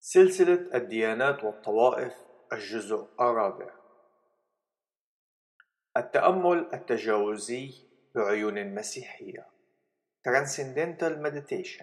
سلسلة الديانات والطوائف الجزء الرابع. التأمل التجاوزي بعيون مسيحية Transcendental Meditation.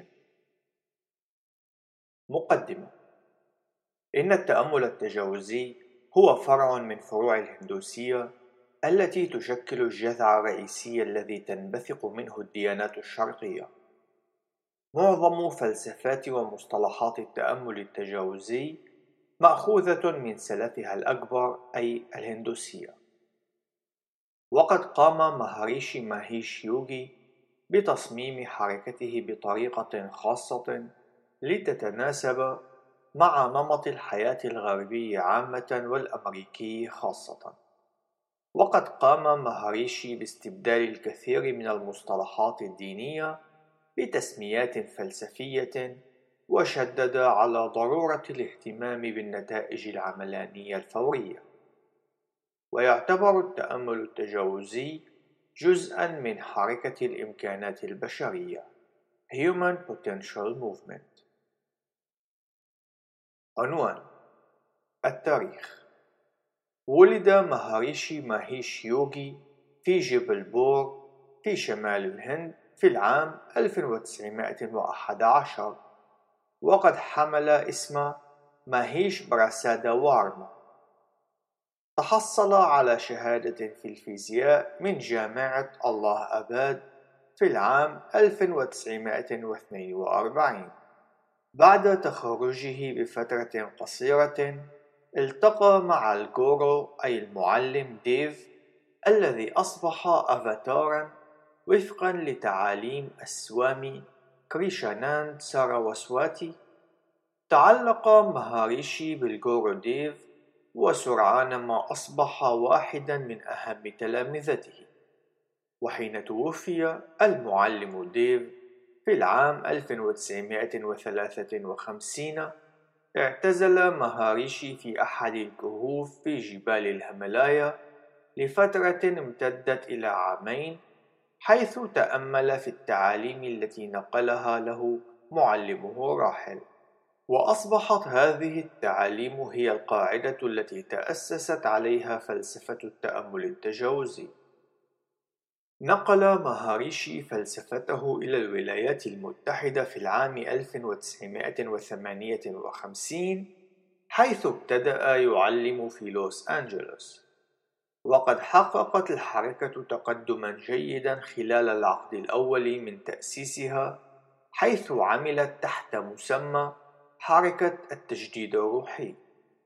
مقدمة. إن التأمل التجاوزي هو فرع من فروع الهندوسية التي تشكل الجذع الرئيسي الذي تنبثق منه الديانات الشرقية. معظم فلسفات ومصطلحات التأمل التجاوزي مأخوذة من سلفها الأكبر أي الهندوسية. وقد قام مهاريشي ماهيش يوغي بتصميم حركته بطريقة خاصة لتتناسب مع نمط الحياة الغربي عامة والأمريكي خاصة. وقد قام مهاريشي باستبدال الكثير من المصطلحات الدينية بتسميات فلسفية، وشدد على ضرورة الاهتمام بالنتائج العملانية الفورية. ويعتبر التأمل التجاوزي جزءاً من حركة الإمكانات البشرية Human Potential Movement. عنوان: التاريخ. ولد مهاريشي ماهيش يوغي في جبل بور في شمال الهند في العام 1911، وقد حمل اسم ماهيش براسادا وارما. تحصل على شهادة في الفيزياء من جامعة الله أباد في العام 1942. بعد تخرجه بفترة قصيرة التقى مع الغورو أي المعلم ديف الذي أصبح أفاتارا وفقا لتعاليم السوامي كريشاناند ساراوسواتي. تعلق مهاريشي بالغورو ديف، وسرعان ما أصبح واحدا من أهم تلامذته. وحين توفي المعلم ديف في العام 1953، اعتزل مهاريشي في أحد الكهوف في جبال الهيمالايا لفترة امتدت إلى عامين، حيث تأمل في التعاليم التي نقلها له معلمه الراحل. وأصبحت هذه التعاليم هي القاعدة التي تأسست عليها فلسفة التأمل التجاوزي. نقل مهاريشي فلسفته إلى الولايات المتحدة في العام 1958، حيث ابتدأ يعلم في لوس أنجلوس. وقد حققت الحركة تقدما جيدا خلال العقد الأول من تأسيسها، حيث عملت تحت مسمى حركة التجديد الروحي.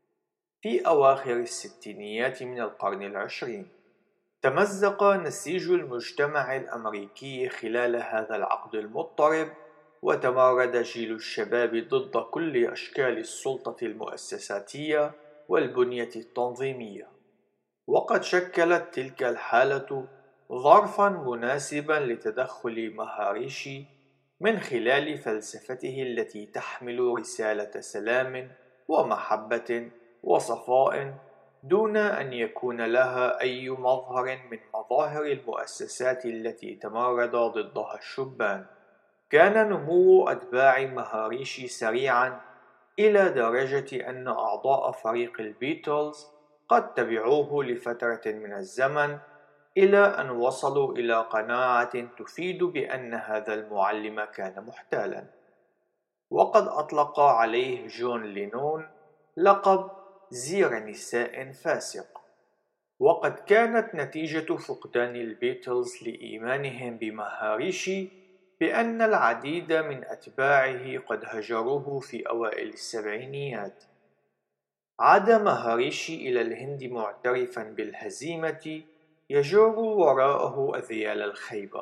في أواخر الستينيات من القرن العشرين تمزق نسيج المجتمع الأمريكي خلال هذا العقد المضطرب، وتمرد جيل الشباب ضد كل أشكال السلطة المؤسساتية والبنية التنظيمية. وقد شكلت تلك الحالة ظرفا مناسبا لتدخل مهاريشي من خلال فلسفته التي تحمل رسالة سلام ومحبة وصفاء، دون أن يكون لها أي مظهر من مظاهر المؤسسات التي تمرد ضدها الشبان. كان نمو أتباع مهاريشي سريعا إلى درجة أن أعضاء فريق البيتلز قد تبعوه لفترة من الزمن، إلى أن وصلوا إلى قناعة تفيد بأن هذا المعلم كان محتالا. وقد أطلق عليه جون لينون لقب زير نساء فاسق. وقد كانت نتيجة فقدان البيتلز لإيمانهم بمهاريشي بأن العديد من أتباعه قد هجروه في أوائل السبعينيات. عاد مهاريشي إلى الهند معترفا بالهزيمة، يجر وراءه أذيال الخيبة،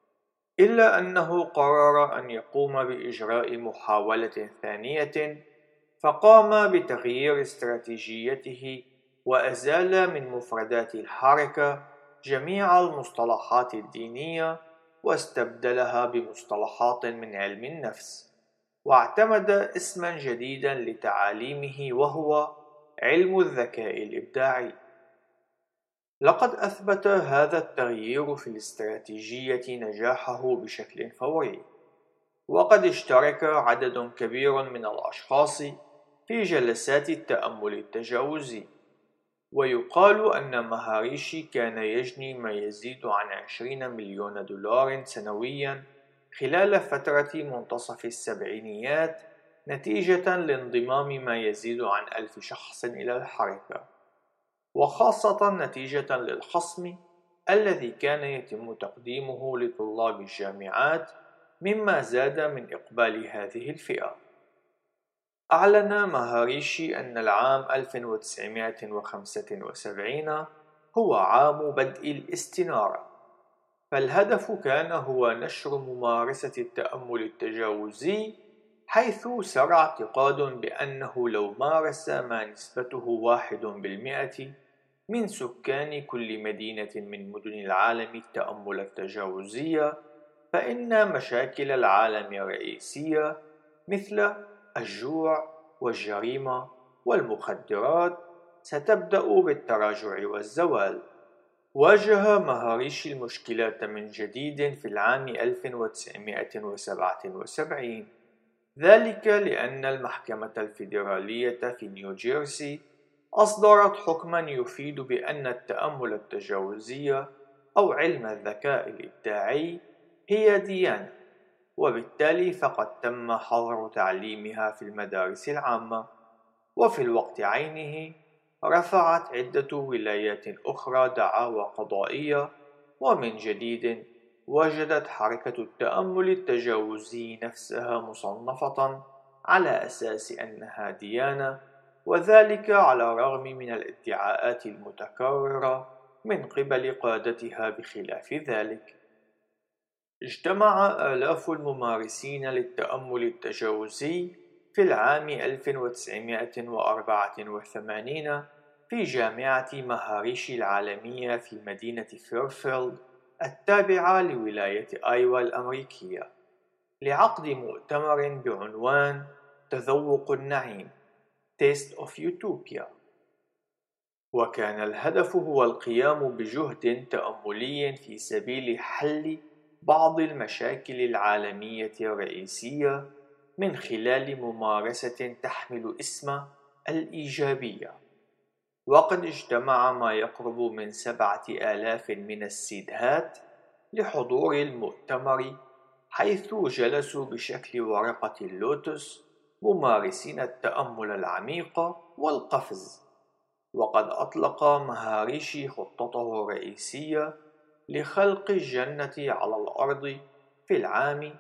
إلا أنه قرر أن يقوم بإجراء محاولة ثانية، فقام بتغيير استراتيجيته وأزال من مفردات الحركة جميع المصطلحات الدينية، واستبدلها بمصطلحات من علم النفس، واعتمد اسما جديدا لتعاليمه وهو علم الذكاء الإبداعي. لقد أثبت هذا التغيير في الاستراتيجية نجاحه بشكل فوري، وقد اشترك عدد كبير من الأشخاص في جلسات التأمل التجاوزي. ويقال أن مهاريشي كان يجني ما يزيد عن 20 مليون دولار سنويا خلال فترة منتصف السبعينيات نتيجة لانضمام ما يزيد عن 1000 شخص إلى الحركة، وخاصة نتيجة للخصم الذي كان يتم تقديمه لطلاب الجامعات، مما زاد من إقبال هذه الفئة. أعلن مهاريشي أن العام 1975 هو عام بدء الاستنارة، فالهدف كان هو نشر ممارسة التأمل التجاوزي، حيث سرى اعتقاد بأنه لو مارس ما نسبته 1% من سكان كل مدينة من مدن العالم التأمل التجاوزي، فإن مشاكل العالم الرئيسية مثل الجوع والجريمة والمخدرات ستبدأ بالتراجع والزوال. واجه مهاريشي المشكلات من جديد في العام 1977، ذلك لأن المحكمة الفيدرالية في نيوجيرسي أصدرت حكما يفيد بأن التأمل التجاوزي أو علم الذكاء الإبداعي هي ديانة، وبالتالي فقد تم حظر تعليمها في المدارس العامة. وفي الوقت عينه رفعت عدة ولايات أخرى دعاوى قضائية، ومن جديد وجدت حركة التأمل التجاوزي نفسها مصنفة على أساس أنها ديانة، وذلك على الرغم من الادعاءات المتكررة من قبل قادتها بخلاف ذلك. اجتمع آلاف الممارسين للتأمل التجاوزي في العام 1984 في جامعة مهاريشي العالمية في مدينة فيرفيلد التابعة لولاية آيوا الأمريكية، لعقد مؤتمر بعنوان تذوق النعيم Taste of Utopia. وكان الهدف هو القيام بجهد تأملي في سبيل حل بعض المشاكل العالمية الرئيسية من خلال ممارسة تحمل اسم الإيجابية. وقد اجتمع ما يقرب من 7000 من السيدهات لحضور المؤتمر، حيث جلسوا بشكل ورقة اللوتس ممارسين التأمل العميق والقفز. وقد أطلق مهاريشي خطته الرئيسية لخلق الجنة على الأرض في العام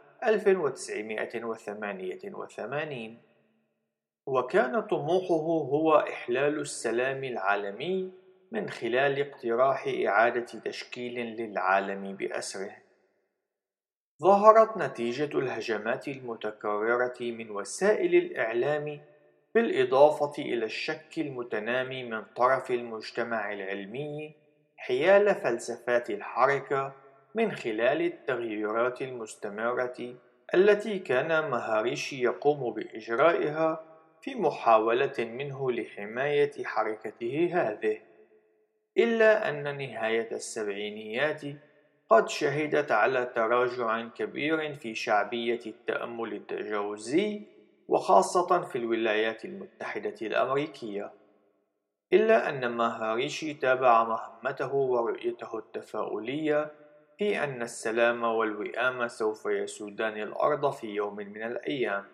1988، وكان طموحه هو إحلال السلام العالمي من خلال اقتراح إعادة تشكيل للعالم بأسره. ظهرت نتيجة الهجمات المتكررة من وسائل الإعلام بالإضافة إلى الشك المتنامي من طرف المجتمع العلمي حيال فلسفات الحركة من خلال التغييرات المستمرة التي كان مهاريشي يقوم بإجرائها في محاولة منه لحماية حركته هذه. إلا أن نهاية السبعينيات قد شهدت على تراجع كبير في شعبية التأمل التجاوزي، وخاصة في الولايات المتحدة الأمريكية. إلا أن مهاريشي تابع مهمته ورؤيته التفاؤلية في أن السلام والوئام سوف يسودان الأرض في يوم من الأيام.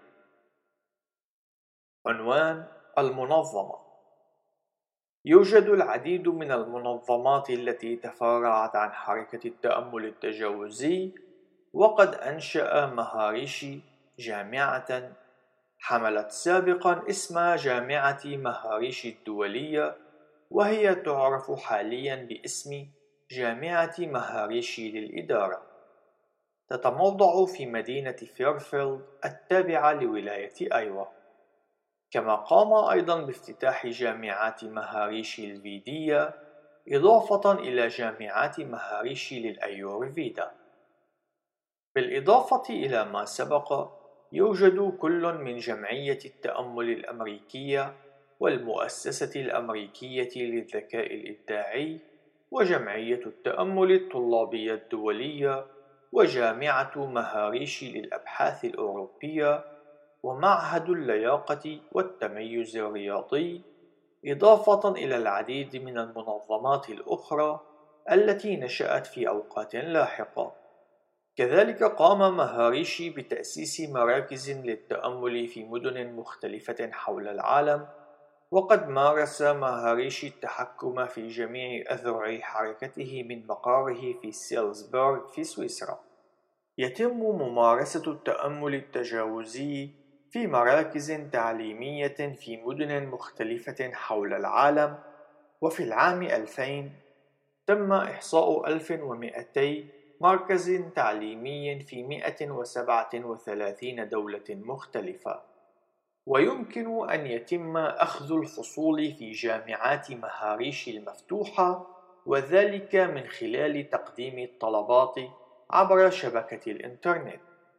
عنوان المنظمة. يوجد العديد من المنظمات التي تفرعت عن حركة التأمل التجاوزي، وقد أنشأ مهاريشي جامعة حملت سابقا اسم جامعة مهاريشي الدولية، وهي تعرف حاليا باسم جامعة مهاريشي للإدارة، تتموضع في مدينة فيرفيلد التابعة لولاية آيوا. كما قام أيضا بافتتاح جامعات مهاريشي الفيدية، إضافة إلى جامعات مهاريشي للأيورفيدا. بالإضافة إلى ما سبق، يوجد كل من جمعية التأمل الأمريكية والمؤسسة الأمريكية للذكاء الإبداعي وجمعية التأمل الطلابية الدولية وجامعة مهاريشي للأبحاث الأوروبية ومعهد اللياقة والتميز الرياضي، إضافة إلى العديد من المنظمات الأخرى التي نشأت في أوقات لاحقة. كذلك قام مهاريشي بتأسيس مراكز للتأمل في مدن مختلفة حول العالم، وقد مارس مهاريشي التحكم في جميع أذرع حركته من مقره في سيلزبورغ في سويسرا. يتم ممارسة التأمل التجاوزي في مراكز تعليمية في مدن مختلفة حول العالم، وفي العام 2000 تم إحصاء 1200 مركز تعليمي في 137 دولة مختلفة. ويمكن أن يتم أخذ الفصول في جامعات مهاريشي المفتوحة، وذلك من خلال تقديم الطلبات عبر شبكة الإنترنت.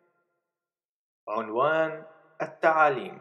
عنوان التعاليم.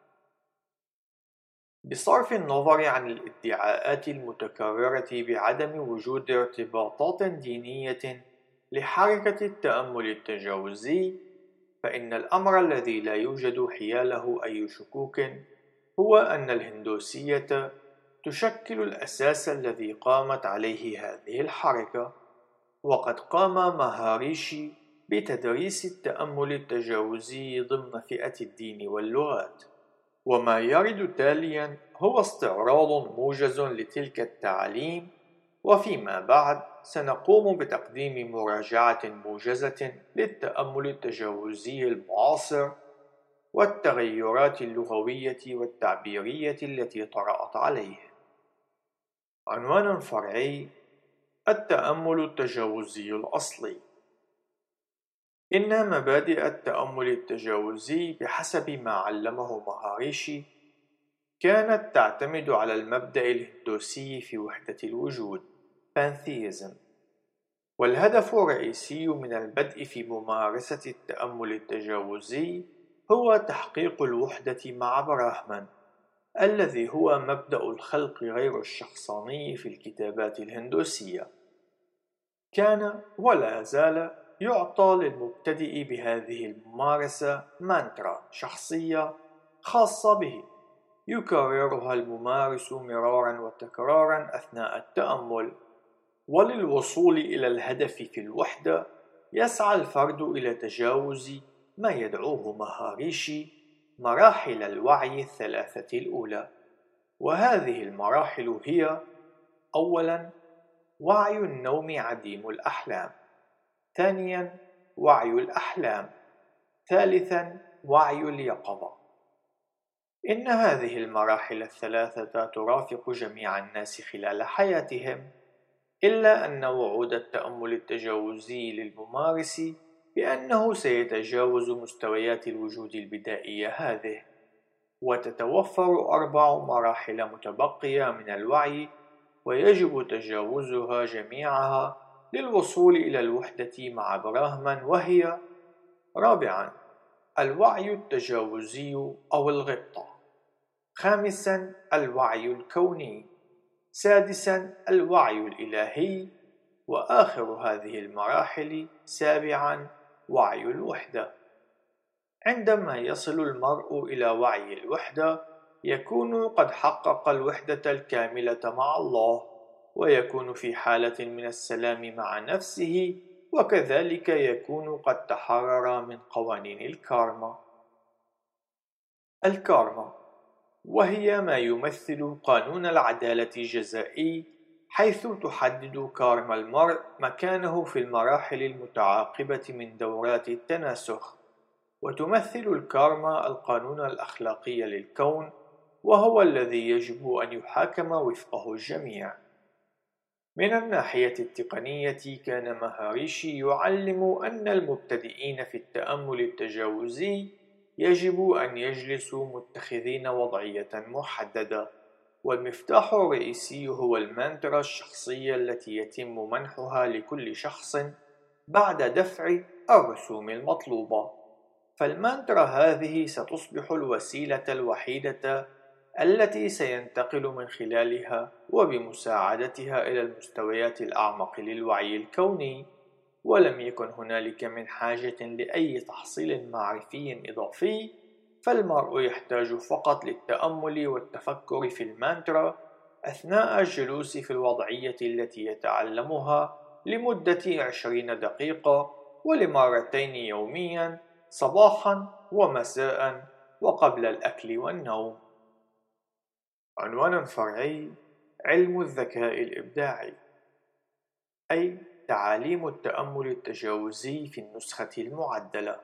بصرف النظر عن الادعاءات المتكررة بعدم وجود ارتباطات دينية لحركة التأمل التجاوزي، فإن الأمر الذي لا يوجد حياله أي شكوك هو أن الهندوسية تشكل الأساس الذي قامت عليه هذه الحركة. وقد قام مهاريشي بتدريس التأمل التجاوزي ضمن فئة الدين واللغات، وما يرد تاليا هو استعراض موجز لتلك التعاليم، وفيما بعد سنقوم بتقديم مراجعة موجزة للتأمل التجاوزي المعاصر والتغيرات اللغوية والتعبيرية التي طرأت عليه. عنوان فرعي: التأمل التجاوزي الأصلي. إن مبادئ التأمل التجاوزي بحسب ما علمه مهاريشي كانت تعتمد على المبدأ الهندوسي في وحدة الوجود pantheism، والهدف الرئيسي من البدء في ممارسة التأمل التجاوزي هو تحقيق الوحدة مع براهمن، الذي هو مبدأ الخلق غير الشخصاني في الكتابات الهندوسية. كان ولا زال يعطى للمبتدئ بهذه الممارسة مانترا شخصية خاصة به يكررها الممارس مرارا وتكرارا أثناء التأمل. وللوصول إلى الهدف في الوحدة يسعى الفرد إلى تجاوز ما يدعوه مهاريشي مراحل الوعي الثلاثة الأولى، وهذه المراحل هي: أولاً وعي النوم عديم الأحلام، ثانياً وعي الأحلام، ثالثاً وعي اليقظة. إن هذه المراحل الثلاثة ترافق جميع الناس خلال حياتهم، إلا أن وعود التأمل التجاوزي للممارس بأنه سيتجاوز مستويات الوجود البدائية هذه، وتتوفر 4 مراحل متبقية من الوعي، ويجب تجاوزها جميعها للوصول إلى الوحدة مع براهمن، وهي: رابعاً الوعي التجاوزي أو الغبطة، خامساً الوعي الكوني، سادساً الوعي الإلهي، وآخر هذه المراحل سابعاً وعي الوحدة. عندما يصل المرء إلى وعي الوحدة يكون قد حقق الوحدة الكاملة مع الله، ويكون في حالة من السلام مع نفسه، وكذلك يكون قد تحرر من قوانين الكارما. الكارما وهي ما يمثل قانون العدالة الجزائي، حيث تحدد كارما المرء مكانه في المراحل المتعاقبة من دورات التناسخ، وتمثل الكارما القانون الأخلاقي للكون، وهو الذي يجب أن يحاكم وفقه الجميع. من الناحية التقنية كان مهاريشي يعلم أن المبتدئين في التأمل التجاوزي يجب أن يجلسوا متخذين وضعية محددة، والمفتاح الرئيسي هو المانترا الشخصية التي يتم منحها لكل شخص بعد دفع الرسوم المطلوبة. فالمانترا هذه ستصبح الوسيلة الوحيدة التي سينتقل من خلالها وبمساعدتها إلى المستويات الأعمق للوعي الكوني، ولم يكن هنالك من حاجة لأي تحصيل معرفي إضافي، فالمرء يحتاج فقط للتأمل والتفكر في المانترا أثناء الجلوس في الوضعية التي يتعلمها لمدة 20 دقيقة ولمرتين يوميا، صباحا ومساء وقبل الأكل والنوم. عنوان فرعي: علم الذكاء الإبداعي، أي تعاليم التأمل التجاوزي في النسخة المعدلة.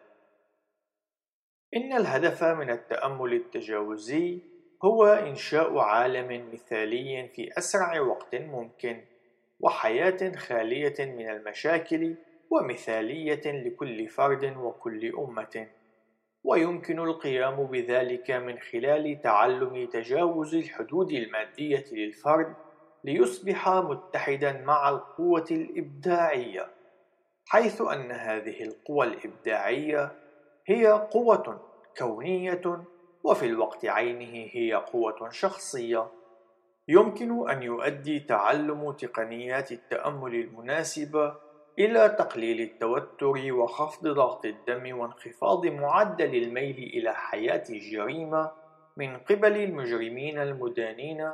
إن الهدف من التأمل التجاوزي هو إنشاء عالم مثالي في أسرع وقت ممكن، وحياة خالية من المشاكل ومثالية لكل فرد وكل أمة. ويمكن القيام بذلك من خلال تعلم تجاوز الحدود المادية للفرد ليصبح متحدا مع القوة الإبداعية، حيث أن هذه القوى الإبداعية هي قوة كونية وفي الوقت عينه هي قوة شخصية. يمكن أن يؤدي تعلم تقنيات التأمل المناسبة إلى تقليل التوتر وخفض ضغط الدم وانخفاض معدل الميل إلى حياة الجريمة من قبل المجرمين المدانين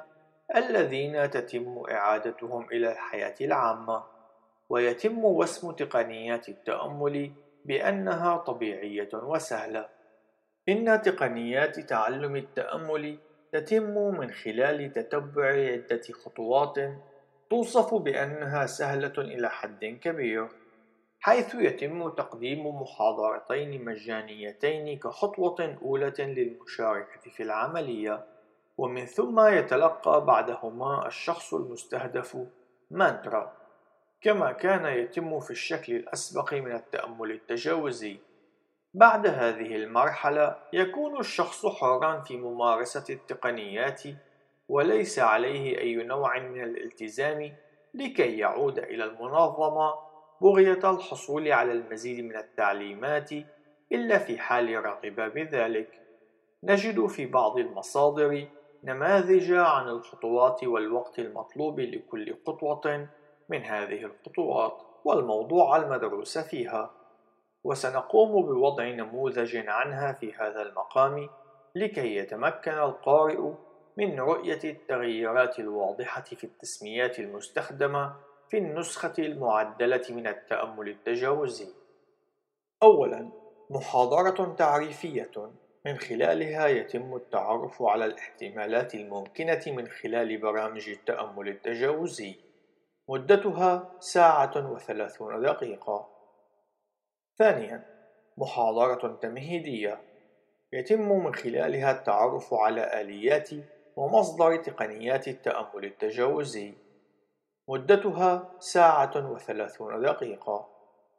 الذين تتم إعادتهم إلى الحياة العامة. ويتم وسم تقنيات التأمل بأنها طبيعية وسهلة. إن تقنيات تعلم التأمل تتم من خلال تتبع عدة خطوات توصف بأنها سهلة إلى حد كبير، حيث يتم تقديم محاضرتين مجانيتين كخطوة أولى للمشاركة في العملية، ومن ثم يتلقى بعدهما الشخص المستهدف مانترا، كما كان يتم في الشكل الأسبق من التأمل التجاوزي. بعد هذه المرحلة يكون الشخص حرا في ممارسة التقنيات، وليس عليه أي نوع من الالتزام لكي يعود إلى المنظمة بغية الحصول على المزيد من التعليمات إلا في حال رغب بذلك. نجد في بعض المصادر نماذج عن الخطوات والوقت المطلوب لكل خطوة من هذه الخطوات والموضوع المدروس فيها، وسنقوم بوضع نموذج عنها في هذا المقام لكي يتمكن القارئ من رؤية التغييرات الواضحة في التسميات المستخدمة في النسخة المعدلة من التأمل التجاوزي. أولاً، محاضرة تعريفية من خلالها يتم التعرف على الاحتمالات الممكنة من خلال برامج التأمل التجاوزي، مدتها 1:30. ثانياً، محاضرة تمهيدية يتم من خلالها التعرف على آليات ومصدر تقنيات التأمل التجاوزي، مدتها 1:30.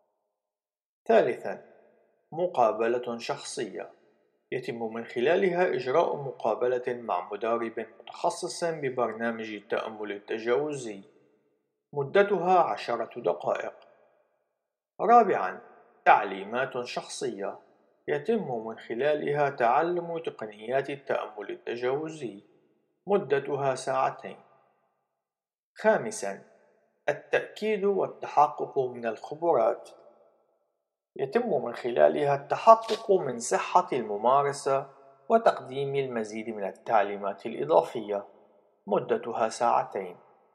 ثالثاً، مقابلة شخصية يتم من خلالها إجراء مقابلة مع مدرب متخصص ببرنامج التأمل التجاوزي، مدتها 10 دقائق. رابعاً، تعليمات شخصية يتم من خلالها تعلم تقنيات التأمل التجاوزي، مدتها 2 ساعات. خامساً، التأكيد والتحقق من الخبرات يتم من خلالها التحقق من صحة الممارسة وتقديم المزيد من التعليمات الإضافية، مدتها 2 ساعات.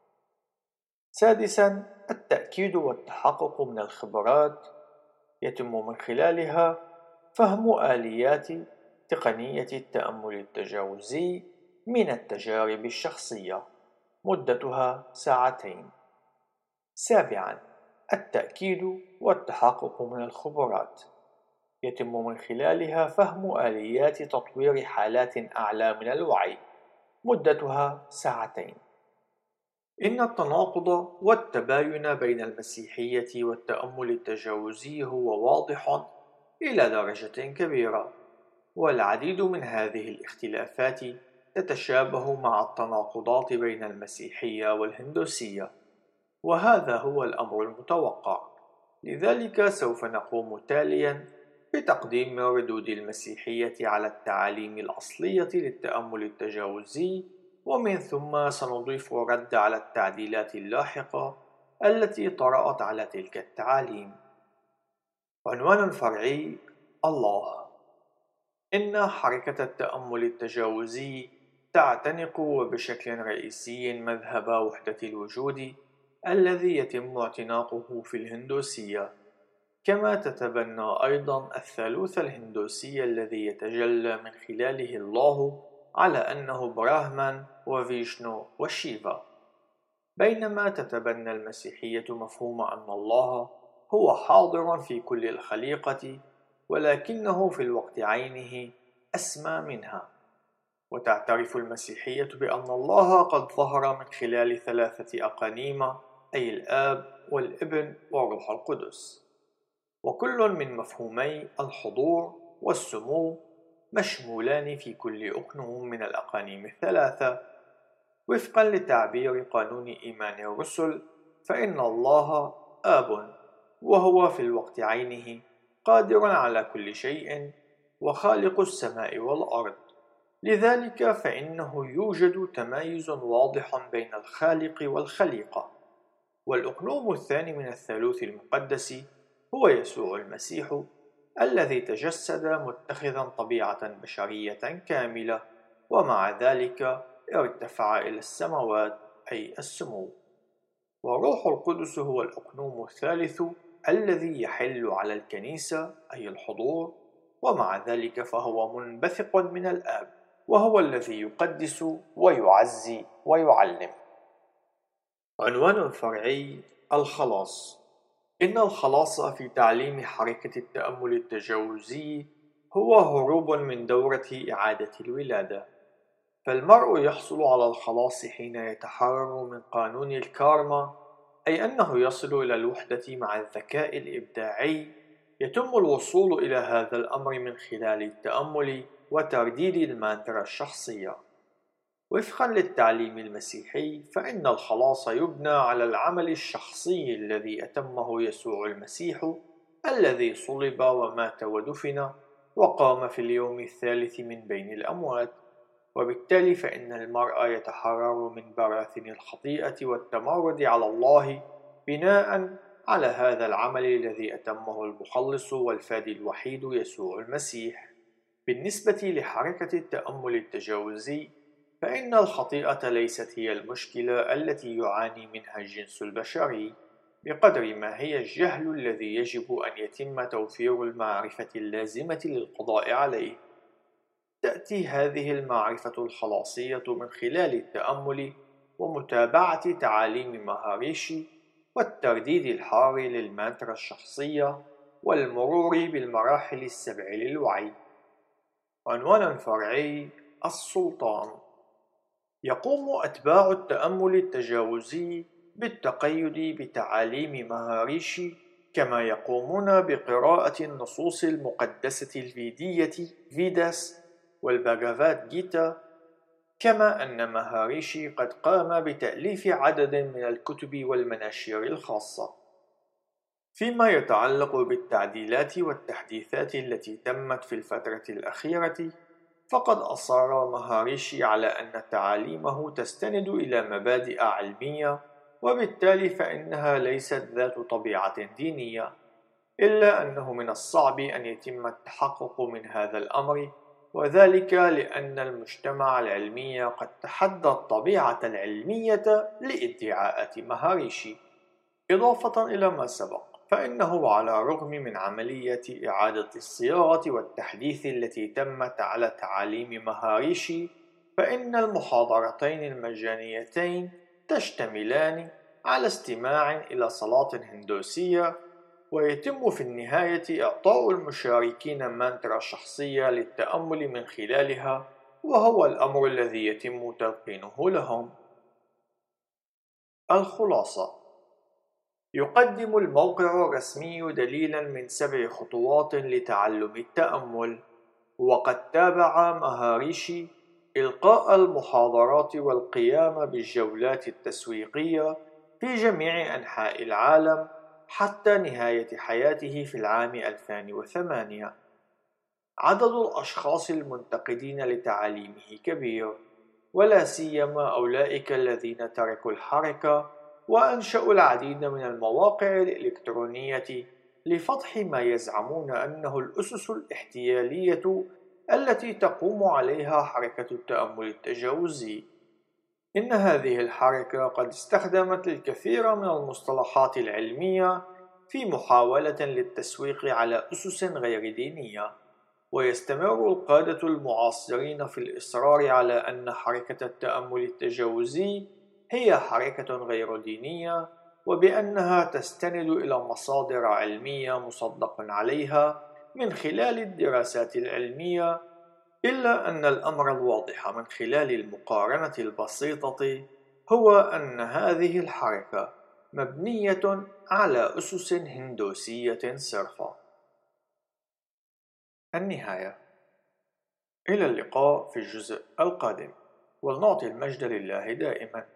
سادساً، التأكيد والتحقق من الخبرات يتم من خلالها فهم آليات تقنية التأمل التجاوزي من التجارب الشخصية، مدتها 2 ساعات. سابعاً، التأكيد والتحقق من الخبرات يتم من خلالها فهم آليات تطوير حالات أعلى من الوعي، مدتها 2 ساعات. إن التناقض والتباين بين المسيحية والتأمل التجاوزي هو واضح إلى درجة كبيرة، والعديد من هذه الاختلافات تتشابه مع التناقضات بين المسيحية والهندوسية، وهذا هو الأمر المتوقع. لذلك سوف نقوم تالياً بتقديم ردود المسيحية على التعاليم الأصلية للتأمل التجاوزي، ومن ثم سنضيف رد على التعديلات اللاحقة التي طرأت على تلك التعاليم. عنوان فرعي: الله. إن حركة التأمل التجاوزي تعتنق وبشكل رئيسي مذهب وحدة الوجود الذي يتم اعتناقه في الهندوسية، كما تتبنى أيضا الثالوث الهندوسي الذي يتجلى من خلاله الله على أنه براهمان وفيشنو وشيفا، بينما تتبنى المسيحية مفهوم أن الله هو حاضر في كل الخليقة ولكنه في الوقت عينه أسمى منها. وتعترف المسيحية بأن الله قد ظهر من خلال ثلاثة أقانيم، أي الآب والابن والروح القدس، وكل من مفهومي الحضور والسمو مشمولان في كل أقنوم من الأقانيم الثلاثة. وفقا لتعبير قانون إيمان الرسل، فإن الله آب، وهو في الوقت عينه قادر على كل شيء وخالق السماء والأرض، لذلك فإنه يوجد تمايز واضح بين الخالق والخليقة. والأقنوم الثاني من الثالوث المقدس هو يسوع المسيح الذي تجسد متخذا طبيعة بشرية كاملة، ومع ذلك ارتفع إلى السماوات، أي السمو. والروح القدس هو الأقنوم الثالث الذي يحل على الكنيسة، أي الحضور، ومع ذلك فهو منبثق من الآب، وهو الذي يقدس ويعزي ويعلم. عنوان فرعي: الخلاص. إن الخلاص في تعليم حركة التأمل التجاوزي هو هروب من دورة إعادة الولادة، فالمرء يحصل على الخلاص حين يتحرر من قانون الكارما، أي أنه يصل إلى الوحدة مع الذكاء الإبداعي. يتم الوصول إلى هذا الأمر من خلال التأمل وترديد المانترا الشخصية. وفقا للتعليم المسيحي، فإن الخلاص يبنى على العمل الشخصي الذي أتمه يسوع المسيح، الذي صلب ومات ودفن وقام في اليوم الثالث من بين الأموات. وبالتالي فإن المرء يتحرر من براثن الخطيئة والتمرد على الله بناء على هذا العمل الذي أتمه المخلص والفادي الوحيد يسوع المسيح. بالنسبة لحركة التأمل التجاوزي، فإن الخطيئة ليست هي المشكلة التي يعاني منها الجنس البشري، بقدر ما هي الجهل الذي يجب أن يتم توفير المعرفة اللازمة للقضاء عليه. تأتي هذه المعرفة الخلاصية من خلال التأمل ومتابعة تعاليم مهاريشي والترديد الحار للمانترا الشخصية والمرور بالمراحل السبع للوعي. عنوان فرعي: السلطان. يقوم أتباع التأمل التجاوزي بالتقيد بتعاليم مهاريشي، كما يقومون بقراءة النصوص المقدسة الفيدية فيداس والباغافات جيتا، كما أن مهاريشي قد قام بتأليف عدد من الكتب والمناشير الخاصة. فيما يتعلق بالتعديلات والتحديثات التي تمت في الفترة الأخيرة، فقد أصر مهاريشي على أن تعاليمه تستند إلى مبادئ علمية، وبالتالي فإنها ليست ذات طبيعة دينية، إلا أنه من الصعب أن يتم التحقق من هذا الأمر، وذلك لأن المجتمع العلمي قد تحدى الطبيعة العلمية لادعاءات مهاريشي. إضافة إلى ما سبق، فإنه على الرغم من عملية إعادة الصياغة والتحديث التي تمت على تعاليم مهاريشي، فإن المحاضرتين المجانيتين تشتملان على استماع إلى صلاة هندوسية، ويتم في النهاية إعطاء المشاركين مانترا شخصية للتأمل من خلالها، وهو الأمر الذي يتم تلقينه لهم. الخلاصة: يقدم الموقع الرسمي دليلا من 7 خطوات لتعلم التأمل، وقد تابع مهاريشي إلقاء المحاضرات والقيام بالجولات التسويقية في جميع أنحاء العالم حتى نهاية حياته في العام 2008. عدد الأشخاص المنتقدين لتعاليمه كبير، ولا سيما أولئك الذين تركوا الحركة وأنشأوا العديد من المواقع الإلكترونية لفضح ما يزعمون أنه الأسس الاحتيالية التي تقوم عليها حركة التأمل التجاوزي. إن هذه الحركة قد استخدمت الكثير من المصطلحات العلمية في محاولة للتسويق على أسس غير دينية، ويستمر القادة المعاصرين في الإصرار على أن حركة التأمل التجاوزي هي حركة غير دينية، وبأنها تستند إلى مصادر علمية مصدق عليها من خلال الدراسات العلمية. إلا أن الأمر الواضح من خلال المقارنة البسيطة هو أن هذه الحركة مبنية على أسس هندوسية صرفة. النهاية. إلى اللقاء في الجزء القادم، ولنعطي المجد لله دائما.